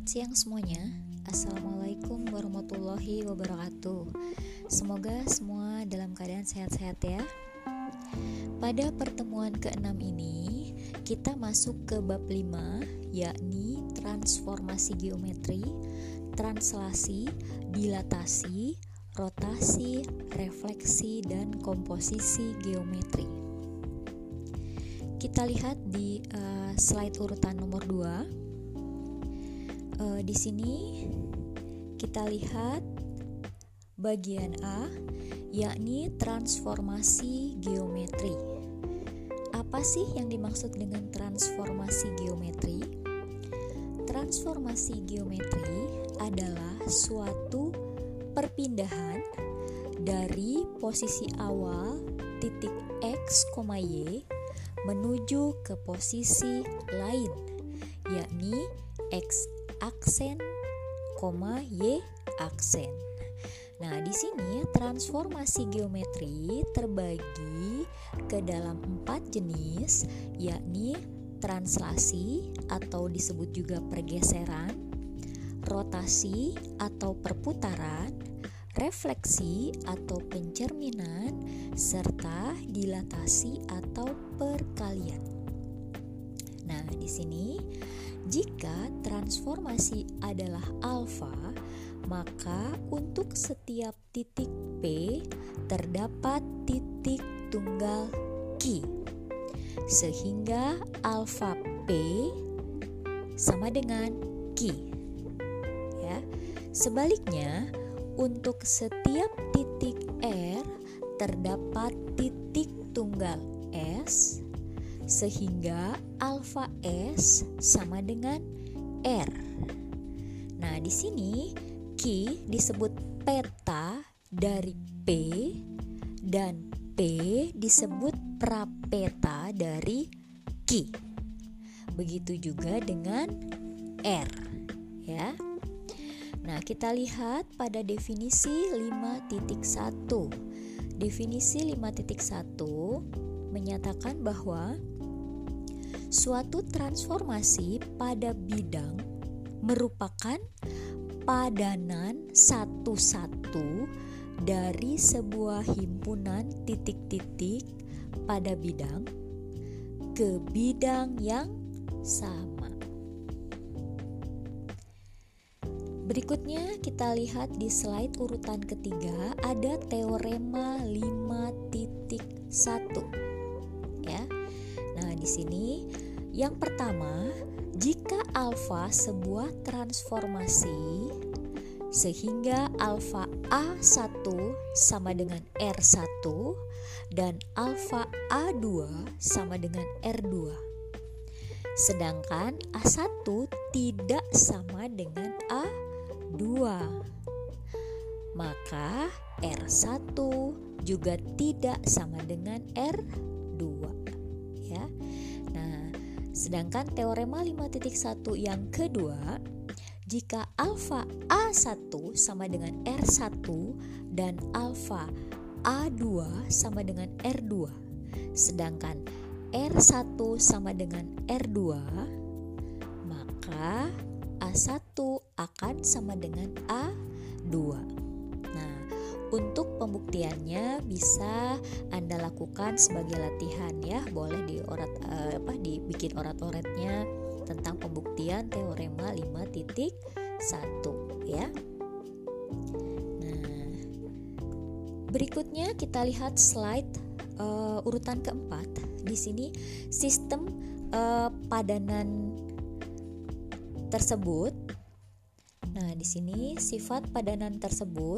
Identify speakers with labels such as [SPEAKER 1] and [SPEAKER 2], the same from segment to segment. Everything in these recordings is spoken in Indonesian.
[SPEAKER 1] Selamat siang semuanya. Assalamualaikum warahmatullahi wabarakatuh. Semoga semua dalam keadaan sehat-sehat ya. Pada pertemuan ke-6 ini, kita masuk ke bab 5, yakni transformasi geometri, translasi, dilatasi, rotasi, refleksi, dan komposisi geometri. Kita lihat di slide urutan nomor 2. Di sini kita lihat bagian A, yakni transformasi geometri. Apa sih yang dimaksud dengan transformasi geometri? Transformasi geometri adalah suatu perpindahan dari posisi awal titik X, Y menuju ke posisi lain, yakni X aksen, Y aksen. Nah, di sini transformasi geometri terbagi ke dalam 4 jenis, yakni translasi atau disebut juga pergeseran, rotasi atau perputaran, refleksi atau pencerminan, serta dilatasi atau perkalian. Nah, di sini jika transformasi adalah alfa, maka untuk setiap titik P terdapat titik tunggal Q, sehingga alfa P sama dengan Q. Ya. Sebaliknya, untuk setiap titik R terdapat titik tunggal S, sehingga alfa S sama dengan R. Nah, di sini Q disebut peta dari P dan P disebut prapeta dari Q. Begitu juga dengan R, ya. Nah, kita lihat pada definisi 5.1. Definisi 5.1 menyatakan bahwa suatu transformasi pada bidang merupakan padanan satu-satu dari sebuah himpunan titik-titik pada bidang ke bidang yang sama. Berikutnya kita lihat di slide urutan ketiga, ada teorema 5.1. Ya. Nah, di sini yang pertama, jika alfa sebuah transformasi sehingga alfa A1 sama dengan R1 dan alfa A2 sama dengan R2. Sedangkan A1 tidak sama dengan A2. Maka R1 juga tidak sama dengan R2, ya. Nah, sedangkan teorema 5.1 yang kedua, jika alfa A1 sama dengan R1 dan alfa A2 sama dengan R2, sedangkan R1 sama dengan R2, maka A1 akan sama dengan A2. Nah, untuk pembuktiannya bisa Anda lakukan sebagai latihan ya, boleh dibikin orat-oratnya tentang pembuktian teorema 5.1 ya. Nah, berikutnya kita lihat slide urutan keempat. Di sini sistem padanan tersebut. Nah, di sini sifat padanan tersebut.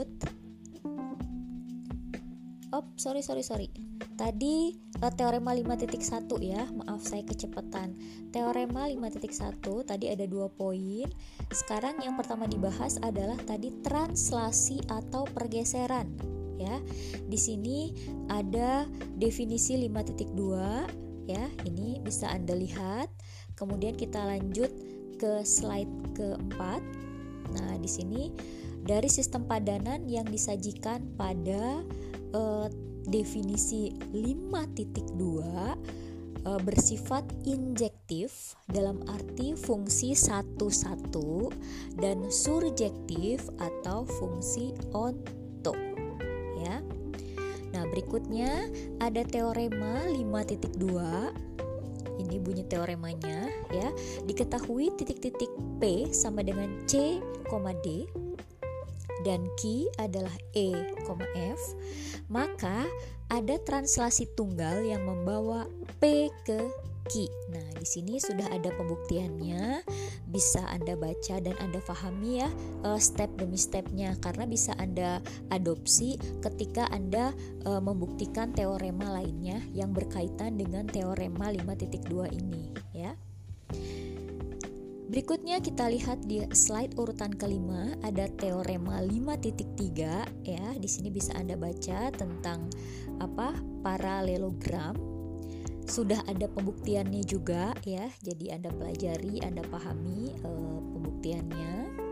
[SPEAKER 1] Sorry. Tadi teorema 5.1 ya, maaf saya kecepatan. Teorema 5.1 tadi ada 2 poin. Sekarang yang pertama dibahas adalah tadi translasi atau pergeseran ya. Di sini ada definisi 5.2 ya. Ini bisa Anda lihat. Kemudian kita lanjut ke slide keempat. Nah, di sini dari sistem padanan yang disajikan pada definisi 5.2 bersifat injektif dalam arti fungsi satu-satu dan surjektif atau fungsi onto ya. Nah, berikutnya ada teorema 5.2. Ini bunyi teoremanya ya. Diketahui titik-titik P sama dengan C, D dan Q adalah E, F, maka ada translasi tunggal yang membawa P ke Q. Nah, di sini sudah ada pembuktiannya, bisa Anda baca dan Anda pahami ya step demi stepnya, karena bisa Anda adopsi ketika Anda membuktikan teorema lainnya yang berkaitan dengan teorema 5.2 ini ya. Berikutnya kita lihat di slide urutan kelima ada teorema 5.3 ya. Di sini bisa Anda baca tentang paralelogram. Sudah ada pembuktiannya juga ya. Jadi Anda pelajari, Anda pahami pembuktiannya.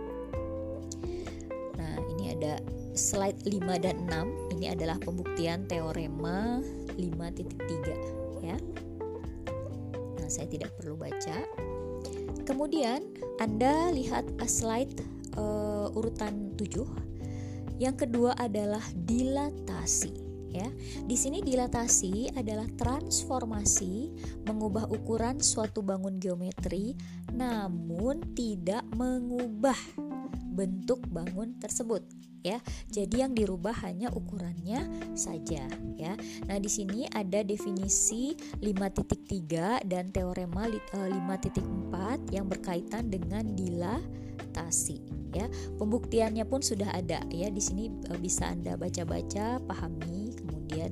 [SPEAKER 1] Nah, ini ada slide 5 dan 6. Ini adalah pembuktian teorema 5.3 ya. Nah, saya tidak perlu baca. Kemudian Anda lihat slide urutan 7. Yang kedua adalah dilatasi ya. Di sini dilatasi adalah transformasi mengubah ukuran suatu bangun geometri namun tidak mengubah bentuk bangun tersebut ya. Jadi yang dirubah hanya ukurannya saja ya. Nah, di sini ada definisi 5.3 dan teorema 5.4 yang berkaitan dengan dilatasi ya. Pembuktiannya pun sudah ada ya. Di sini bisa Anda baca-baca, pahami, kemudian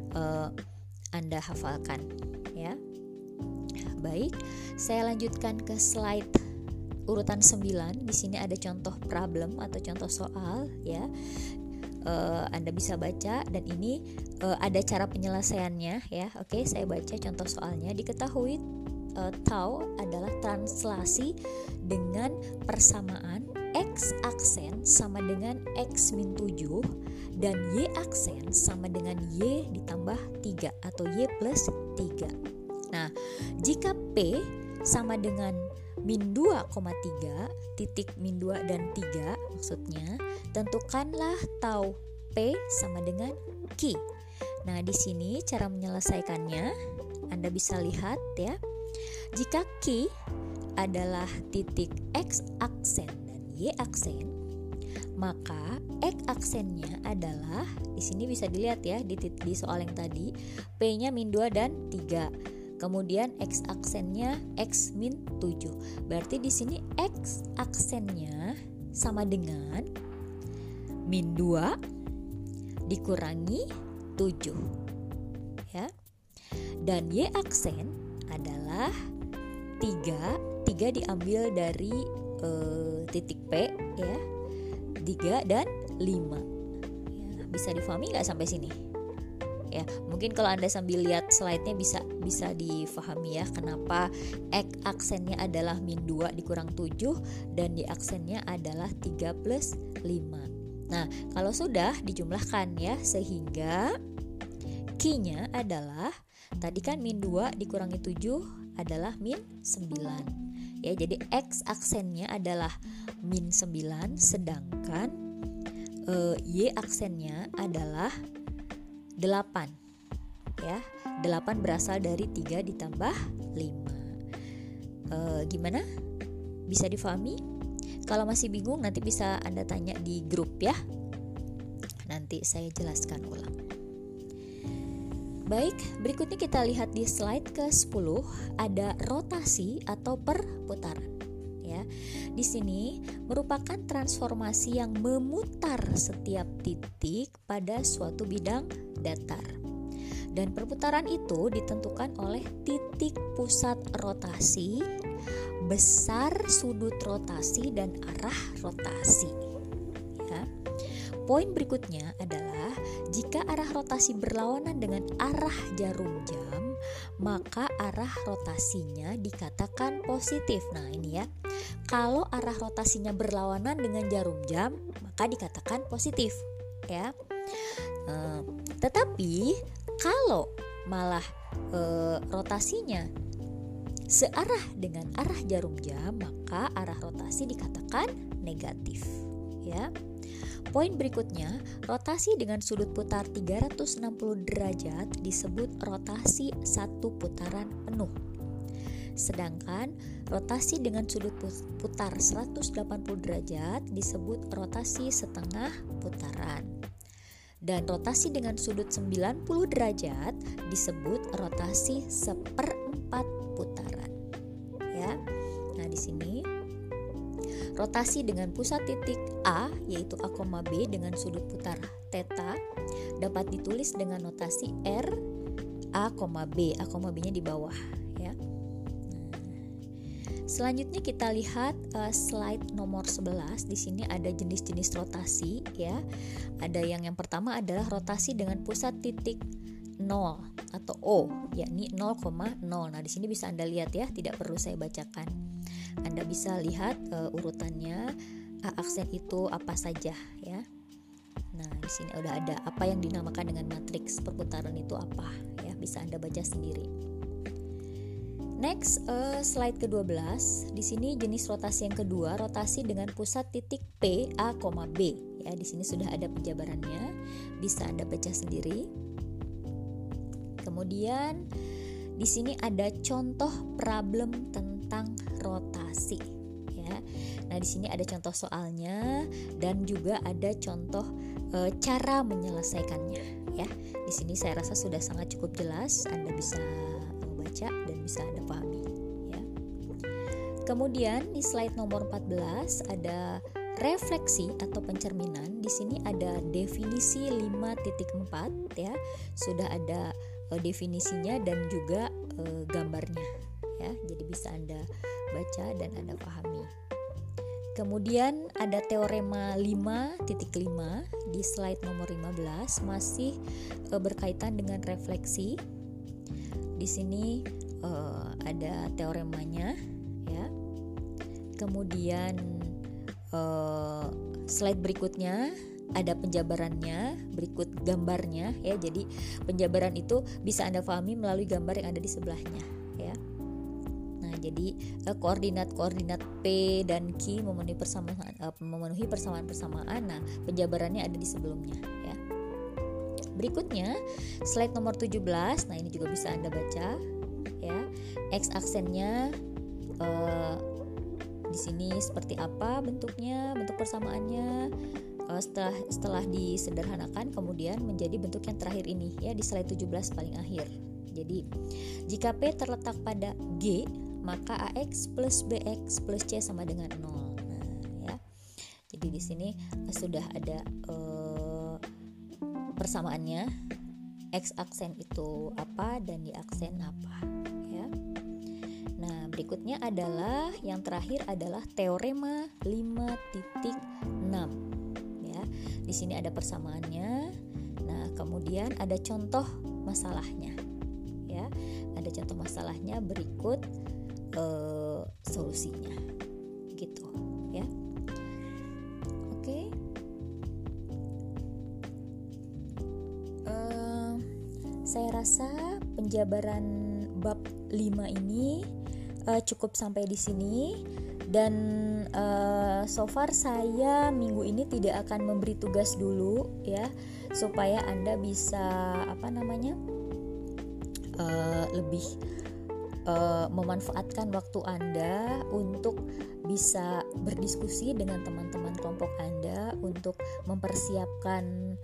[SPEAKER 1] Anda hafalkan ya. Baik, saya lanjutkan ke slide urutan 9. Di sini ada contoh problem atau contoh soal ya. Anda bisa baca dan ini ada cara penyelesaiannya ya. Oke, saya baca contoh soalnya. Diketahui tau adalah translasi dengan persamaan X aksen sama dengan X min 7 dan Y aksen sama dengan Y ditambah 3 atau Y plus 3. Nah, jika P sama dengan min 2,3, titik min 2 dan 3 maksudnya, tentukanlah tau P sama dengan Q. Nah, di sini cara menyelesaikannya Anda bisa lihat ya. Jika Q adalah titik X aksen dan Y aksen, maka X aksennya adalah, di sini bisa dilihat ya di soal yang tadi, P-nya min 2 dan 3. Kemudian X aksennya X min 7. Berarti di sini X aksennya sama dengan min 2 dikurangi 7. Ya. Dan Y aksen adalah 3. 3 diambil dari titik P ya. 3 dan 5. Ya, bisa difahami nggak sampai sini? Ya, mungkin kalau Anda sambil lihat slide-nya bisa difahami ya kenapa X aksennya adalah min 2 dikurang 7 dan Y aksennya adalah 3 plus 5. Nah, kalau sudah dijumlahkan ya, sehingga Q-nya adalah tadi kan min 2 dikurangi 7 adalah min 9. Ya, jadi X aksennya adalah min 9 sedangkan Y aksennya adalah 8 ya. 8 berasal dari 3 ditambah 5. Gimana? Bisa difahami? Kalau masih bingung nanti bisa Anda tanya di grup ya. Nanti saya jelaskan ulang. Baik, berikutnya kita lihat di slide ke-10 ada rotasi atau perputaran. Ya. Di sini merupakan transformasi yang memutar setiap titik pada suatu bidang datar. Dan perputaran itu ditentukan oleh titik pusat rotasi, besar sudut rotasi dan arah rotasi. Ya. Poin berikutnya adalah jika arah rotasi berlawanan dengan arah jarum jam, maka arah rotasinya dikatakan positif. Nah, ini ya. Kalau arah rotasinya berlawanan dengan jarum jam, maka dikatakan positif, ya. Tetapi kalau malah rotasinya searah dengan arah jarum jam, maka arah rotasi dikatakan negatif, ya. Poin berikutnya, rotasi dengan sudut putar 360 derajat disebut rotasi satu putaran penuh. Sedangkan rotasi dengan sudut putar 180 derajat disebut rotasi setengah putaran. Dan rotasi dengan sudut 90 derajat disebut rotasi seperempat putaran. Ya. Nah, di sini rotasi dengan pusat titik A yaitu A, B dengan sudut putar theta dapat ditulis dengan notasi R A, B. A, B-nya di bawah, ya. Selanjutnya kita lihat slide nomor 11. Di sini ada jenis-jenis rotasi, ya. Ada yang pertama adalah rotasi dengan pusat titik 0 atau O, yakni 0,0. Nah, di sini bisa Anda lihat, ya, tidak perlu saya bacakan. Anda bisa lihat urutannya, aksen itu apa saja, ya. Nah, di sini udah ada apa yang dinamakan dengan matriks perputaran itu apa, ya, bisa Anda baca sendiri. Next, slide ke-12. Di sini jenis rotasi yang kedua, rotasi dengan pusat titik P, A, B. Ya, di sini sudah ada penjabarannya, bisa Anda baca sendiri. Kemudian di sini ada contoh problem tentang rotasi, ya. Nah, di sini ada contoh soalnya dan juga ada contoh cara menyelesaikannya, ya. Di sini saya rasa sudah sangat cukup jelas, Anda bisa membaca dan bisa Anda pahami, ya. Kemudian di slide nomor 14 ada refleksi atau pencerminan. Di sini ada definisi 5.4, ya. Sudah ada definisinya dan juga gambarnya, ya. Jadi bisa Anda baca dan Anda pahami. Kemudian ada teorema 5.5 di slide nomor 15, masih berkaitan dengan refleksi. Di sini ada teoremanya, ya. Kemudian slide berikutnya ada penjabarannya, berikut gambarnya, ya. Jadi penjabaran itu bisa Anda pahami melalui gambar yang ada di sebelahnya, ya. Nah, jadi koordinat-koordinat P dan Q memenuhi persamaan-persamaan. Nah, penjabarannya ada di sebelumnya, ya. Berikutnya slide nomor 17. Nah, ini juga bisa Anda baca, ya. X aksennya di sini seperti apa bentuknya, bentuk persamaannya. Setelah disederhanakan kemudian menjadi bentuk yang terakhir ini, ya, di slide 17 paling akhir. Jadi jika P terletak pada G, maka AX plus BX plus C sama dengan 0. Nah, ya. Jadi di sini sudah ada persamaannya. X aksen itu apa dan Y aksen apa, ya. Nah, berikutnya adalah yang terakhir adalah teorema 5.6. Di sini ada persamaannya. Nah, kemudian ada contoh masalahnya, ya. Ada contoh masalahnya berikut solusinya, gitu, ya. Oke. Saya rasa penjabaran bab 5 ini cukup sampai di sini. Dan so far saya minggu ini tidak akan memberi tugas dulu, ya, supaya Anda bisa lebih memanfaatkan waktu Anda untuk bisa berdiskusi dengan teman-teman kelompok Anda untuk mempersiapkan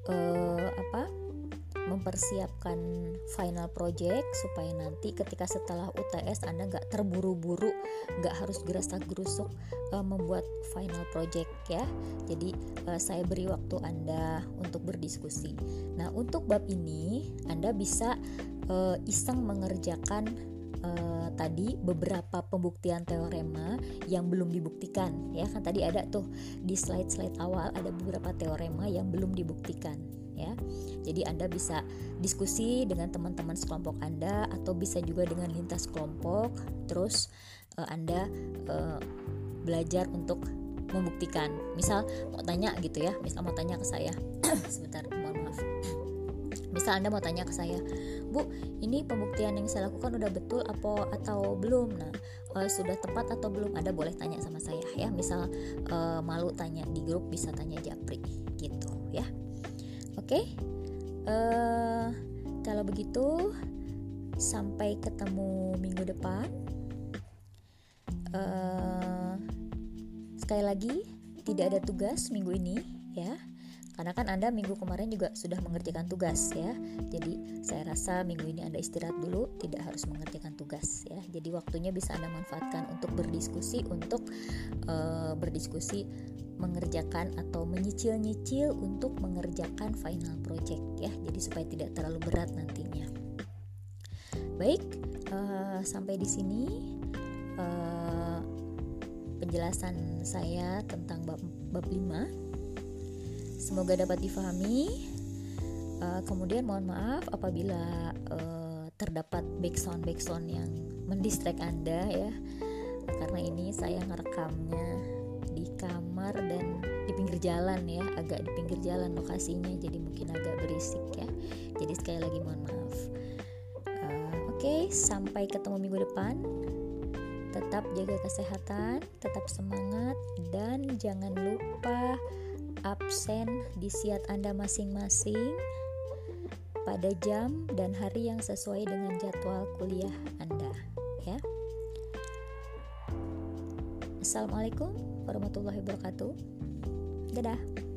[SPEAKER 1] final project, supaya nanti ketika setelah UTS Anda nggak terburu-buru, nggak harus gerasak-gerusuk membuat final project, ya. Jadi saya beri waktu Anda untuk berdiskusi. Nah, untuk bab ini Anda bisa iseng mengerjakan tadi beberapa pembuktian teorema yang belum dibuktikan, ya kan. Tadi ada tuh di slide-slide awal ada beberapa teorema yang belum dibuktikan, ya. Jadi Anda bisa diskusi dengan teman-teman sekelompok Anda atau bisa juga dengan lintas kelompok. Terus Anda belajar untuk membuktikan. Misal mau tanya gitu, ya. Misal mau tanya ke saya. Sebentar, mohon maaf. Misal Anda mau tanya ke saya, Bu, ini pembuktian yang saya lakukan udah betul atau belum? Nah, sudah tepat atau belum? Anda boleh tanya sama saya ya. Misal malu tanya di grup, bisa tanya Japri gitu ya. Oke. Kalau begitu sampai ketemu minggu depan. Sekali lagi tidak ada tugas minggu ini ya. Karena kan Anda minggu kemarin juga sudah mengerjakan tugas ya. Jadi saya rasa minggu ini Anda istirahat dulu, tidak harus mengerjakan tugas ya. Jadi waktunya bisa Anda manfaatkan untuk berdiskusi, mengerjakan atau menyicil-nyicil untuk mengerjakan final project ya. Jadi supaya tidak terlalu berat nantinya. Baik, sampai di sini penjelasan saya tentang bab 5. Semoga dapat difahami. Kemudian mohon maaf apabila terdapat backsound yang mendistract Anda ya. Karena ini saya ngerekamnya di kamar dan di pinggir jalan ya, agak di pinggir jalan lokasinya, jadi mungkin agak berisik ya. Jadi sekali lagi mohon maaf. Oke, sampai ketemu minggu depan. Tetap jaga kesehatan, tetap semangat, dan jangan lupa absen di siat Anda masing-masing pada jam dan hari yang sesuai dengan jadwal kuliah Anda ya. Assalamualaikum warahmatullahi wabarakatuh. Dadah.